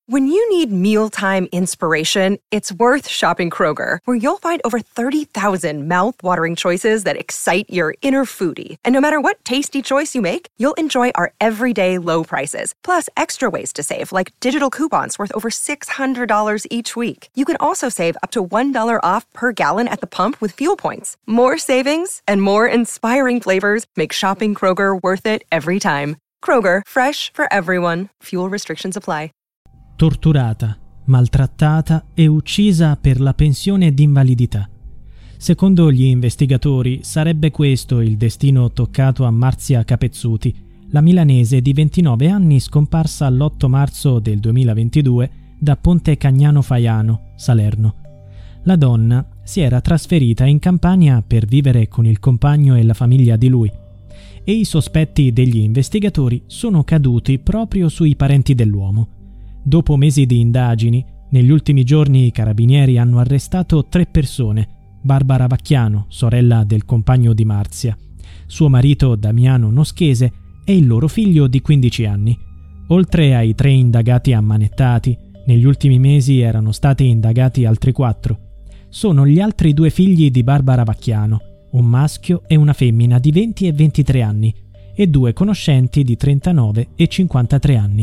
When you need mealtime inspiration, it's worth shopping Kroger, where you'll find over 30,000 mouth-watering choices that excite your inner foodie. And no matter what tasty choice you make, you'll enjoy our everyday low prices, plus extra ways to save, like digital coupons worth over $600 each week. You can also save up to $1 off per gallon at the pump with fuel points. More savings and more inspiring flavors make shopping Kroger worth it every time. Kroger, fresh for everyone. Fuel restrictions apply. Torturata, maltrattata e uccisa per la pensione d'invalidità. Secondo gli investigatori sarebbe questo il destino toccato a Marzia Capezzuti, la milanese di 29 anni scomparsa l'8 marzo del 2022 da Ponte Cagnano Faiano, Salerno. La donna si era trasferita in Campania per vivere con il compagno e la famiglia di lui, e i sospetti degli investigatori sono caduti proprio sui parenti dell'uomo. Dopo mesi di indagini, negli ultimi giorni i carabinieri hanno arrestato 3 persone: Barbara Vacchiano, sorella del compagno di Marzia, suo marito Damiano Noschese e il loro figlio di 15 anni. Oltre ai 3 indagati ammanettati, negli ultimi mesi erano stati indagati altri 4. Sono gli altri 2 figli di Barbara Vacchiano, un maschio e una femmina di 20 e 23 anni, e 2 conoscenti di 39 e 53 anni.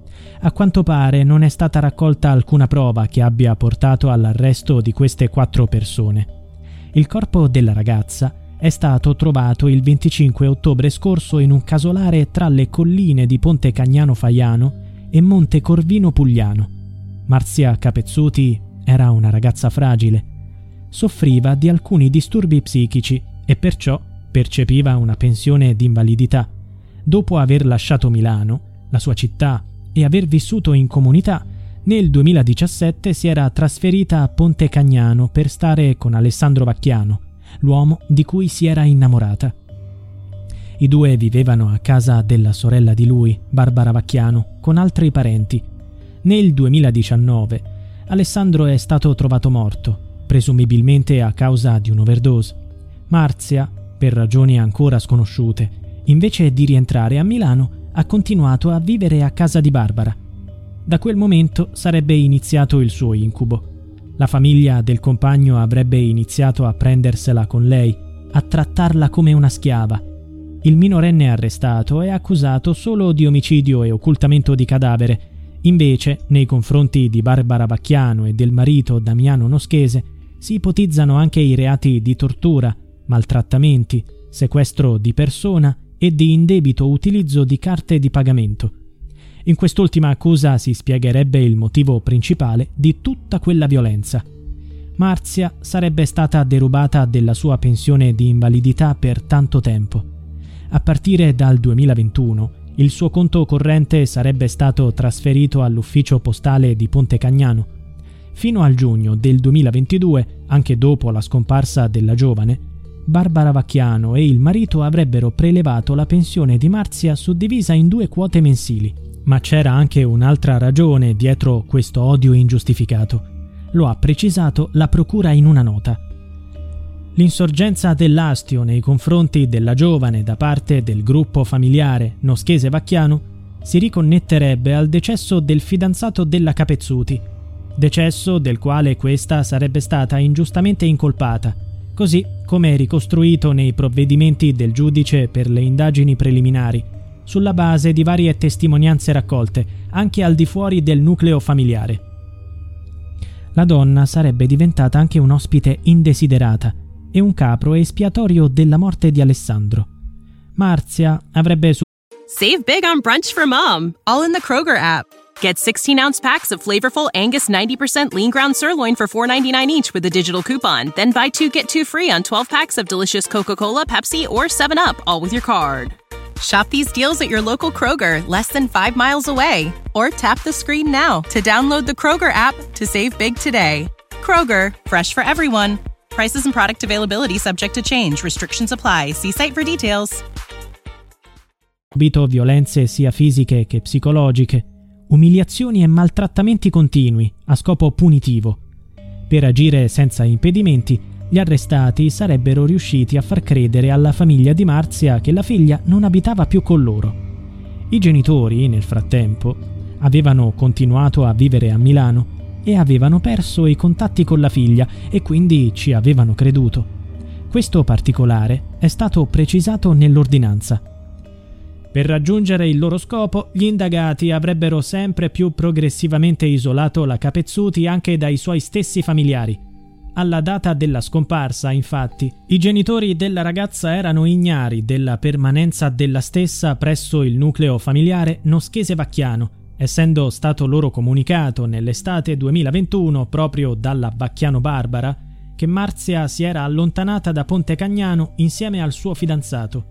A quanto pare non è stata raccolta alcuna prova che abbia portato all'arresto di queste 4 persone. Il corpo della ragazza è stato trovato il 25 ottobre scorso in un casolare tra le colline di Ponte Cagnano Faiano e Monte Corvino Pugliano. Marzia Capezzuti era una ragazza fragile. Soffriva di alcuni disturbi psichici e perciò percepiva una pensione di invalidità. Dopo aver lasciato Milano, la sua città, e aver vissuto in comunità, nel 2017 si era trasferita a Ponte Cagnano per stare con Alessandro Vacchiano, l'uomo di cui si era innamorata. I 2 vivevano a casa della sorella di lui, Barbara Vacchiano, con altri parenti. Nel 2019 Alessandro è stato trovato morto, presumibilmente a causa di un'overdose. Marzia, per ragioni ancora sconosciute, invece di rientrare a Milano, ha continuato a vivere a casa di Barbara. Da quel momento sarebbe iniziato il suo incubo. La famiglia del compagno avrebbe iniziato a prendersela con lei, a trattarla come una schiava. Il minorenne arrestato è accusato solo di omicidio e occultamento di cadavere. Invece, nei confronti di Barbara Vacchiano e del marito Damiano Noschese, si ipotizzano anche i reati di tortura, maltrattamenti, sequestro di persona e di indebito utilizzo di carte di pagamento. In quest'ultima accusa si spiegherebbe il motivo principale di tutta quella violenza. Marzia sarebbe stata derubata della sua pensione di invalidità per tanto tempo. A partire dal 2021, il suo conto corrente sarebbe stato trasferito all'ufficio postale di Ponte Cagnano. Fino al giugno del 2022, anche dopo la scomparsa della giovane, Barbara Vacchiano e il marito avrebbero prelevato la pensione di Marzia suddivisa in 2 quote mensili. Ma c'era anche un'altra ragione dietro questo odio ingiustificato. Lo ha precisato la procura in una nota. L'insorgenza dell'astio nei confronti della giovane da parte del gruppo familiare Noschese Vacchiano si riconnetterebbe al decesso del fidanzato della Capezzuti, decesso del quale questa sarebbe stata ingiustamente incolpata, così come ricostruito nei provvedimenti del giudice per le indagini preliminari, sulla base di varie testimonianze raccolte, anche al di fuori del nucleo familiare. La donna sarebbe diventata anche un ospite indesiderata e un capro espiatorio della morte di Alessandro. Marzia avrebbe Save big on brunch for mom, all in the Kroger app. Get 16-ounce packs of flavorful Angus 90% lean ground sirloin for $4.99 each with a digital coupon. Then buy 2, get 2 free on 12 packs of delicious Coca-Cola, Pepsi, or 7-Up, all with your card. Shop these deals at your local Kroger, less than 5 miles away. Or tap the screen now to download the Kroger app to save big today. Kroger, fresh for everyone. Prices and product availability subject to change. Restrictions apply. See site for details. Subito violenze sia fisiche che psicologiche, umiliazioni e maltrattamenti continui a scopo punitivo. Per agire senza impedimenti, gli arrestati sarebbero riusciti a far credere alla famiglia di Marzia che la figlia non abitava più con loro. I genitori, nel frattempo, Avevano continuato a vivere a Milano e avevano perso i contatti con la figlia e quindi ci avevano creduto. Questo particolare è stato precisato nell'ordinanza. Per raggiungere il loro scopo, gli indagati avrebbero sempre più progressivamente isolato la Capezzuti anche dai suoi stessi familiari. Alla data della scomparsa, infatti, i genitori della ragazza erano ignari della permanenza della stessa presso il nucleo familiare Noschese-Vacchiano, essendo stato loro comunicato nell'estate 2021 proprio dalla Vacchiano Barbara che Marzia si era allontanata da Ponte Cagnano insieme al suo fidanzato.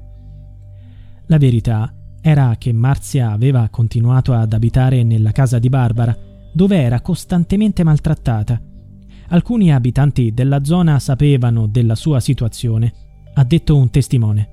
La verità era che Marzia aveva continuato ad abitare nella casa di Barbara, dove era costantemente maltrattata. Alcuni abitanti della zona sapevano della sua situazione, ha detto un testimone.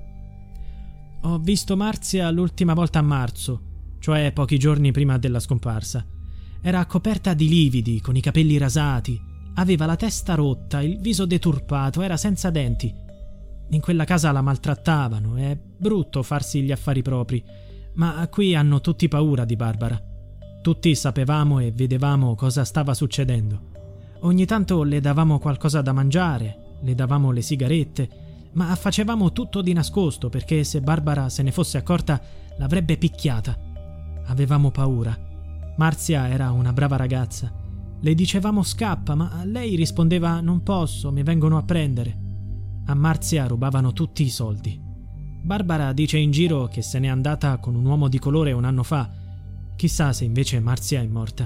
Ho visto Marzia l'ultima volta a marzo, cioè pochi giorni prima della scomparsa. Era coperta di lividi, con i capelli rasati, aveva la testa rotta, il viso deturpato, era senza denti. In quella casa la maltrattavano, è brutto farsi gli affari propri, ma qui hanno tutti paura di Barbara. Tutti sapevamo e vedevamo cosa stava succedendo. Ogni tanto le davamo qualcosa da mangiare, le davamo le sigarette, ma facevamo tutto di nascosto perché se Barbara se ne fosse accorta l'avrebbe picchiata. Avevamo paura. Marzia era una brava ragazza. Le dicevamo scappa, ma lei rispondeva non posso, mi vengono a prendere. A Marzia rubavano tutti i soldi. Barbara dice in giro che se n'è andata con un uomo di colore un anno fa. Chissà se invece Marzia è morta.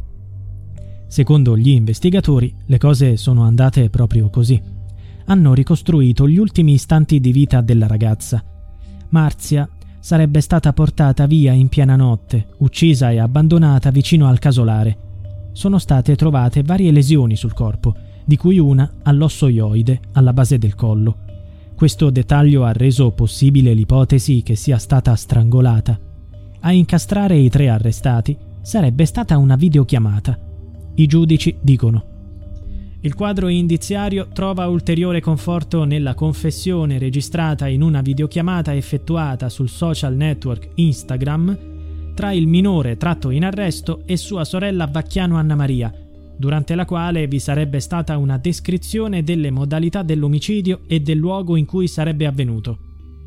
Secondo gli investigatori, le cose sono andate proprio così. Hanno ricostruito gli ultimi istanti di vita della ragazza. Marzia sarebbe stata portata via in piena notte, uccisa e abbandonata vicino al casolare. Sono state trovate varie lesioni sul corpo, di cui una all'osso ioide, alla base del collo. Questo dettaglio ha reso possibile l'ipotesi che sia stata strangolata. A incastrare i 3 arrestati sarebbe stata una videochiamata. I giudici dicono: il quadro indiziario trova ulteriore conforto nella confessione registrata in una videochiamata effettuata sul social network Instagram tra il minore tratto in arresto e sua sorella Vacchiano Anna Maria, durante la quale vi sarebbe stata una descrizione delle modalità dell'omicidio e del luogo in cui sarebbe avvenuto.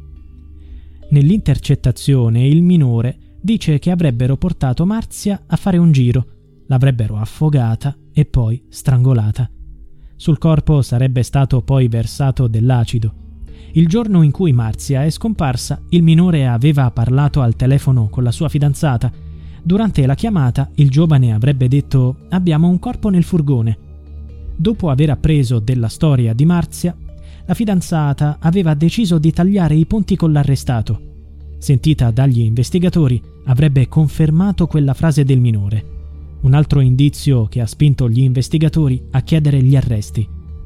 Nell'intercettazione il minore dice che avrebbero portato Marzia a fare un giro, l'avrebbero affogata e poi strangolata. Sul corpo sarebbe stato poi versato dell'acido. Il giorno in cui Marzia è scomparsa, il minore aveva parlato al telefono con la sua fidanzata. Durante la chiamata, il giovane avrebbe detto: abbiamo un corpo nel furgone. Dopo aver appreso della storia di Marzia, la fidanzata aveva deciso di tagliare i ponti con l'arrestato. Sentita dagli investigatori, avrebbe confermato quella frase del minore. Un altro indizio che ha spinto gli investigatori a chiedere gli arresti.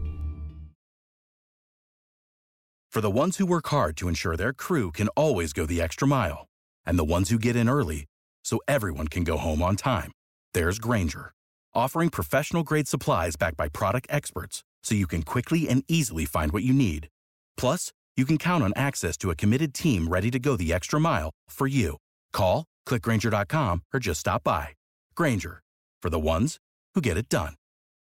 For the ones who work hard to ensure their crew can always go the extra mile, and the ones who get in early so everyone can go home on time, there's Grainger, offering professional-grade supplies backed by product experts so you can quickly and easily find what you need. Plus, you can count on access to a committed team ready to go the extra mile for you. Call, click Grainger.com, or just stop by. Grainger, for the ones who get it done.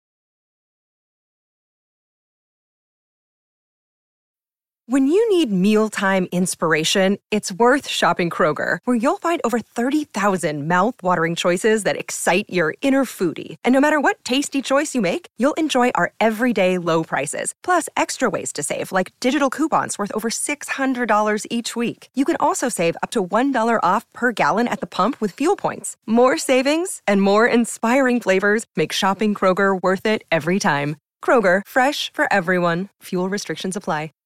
When you need mealtime inspiration, it's worth shopping Kroger, where you'll find over 30,000 mouth-watering choices that excite your inner foodie. And no matter what tasty choice you make, you'll enjoy our everyday low prices, plus extra ways to save, like digital coupons worth over $600 each week. You can also save up to $1 off per gallon at the pump with fuel points. More savings and more inspiring flavors make shopping Kroger worth it every time. Kroger, fresh for everyone. Fuel restrictions apply.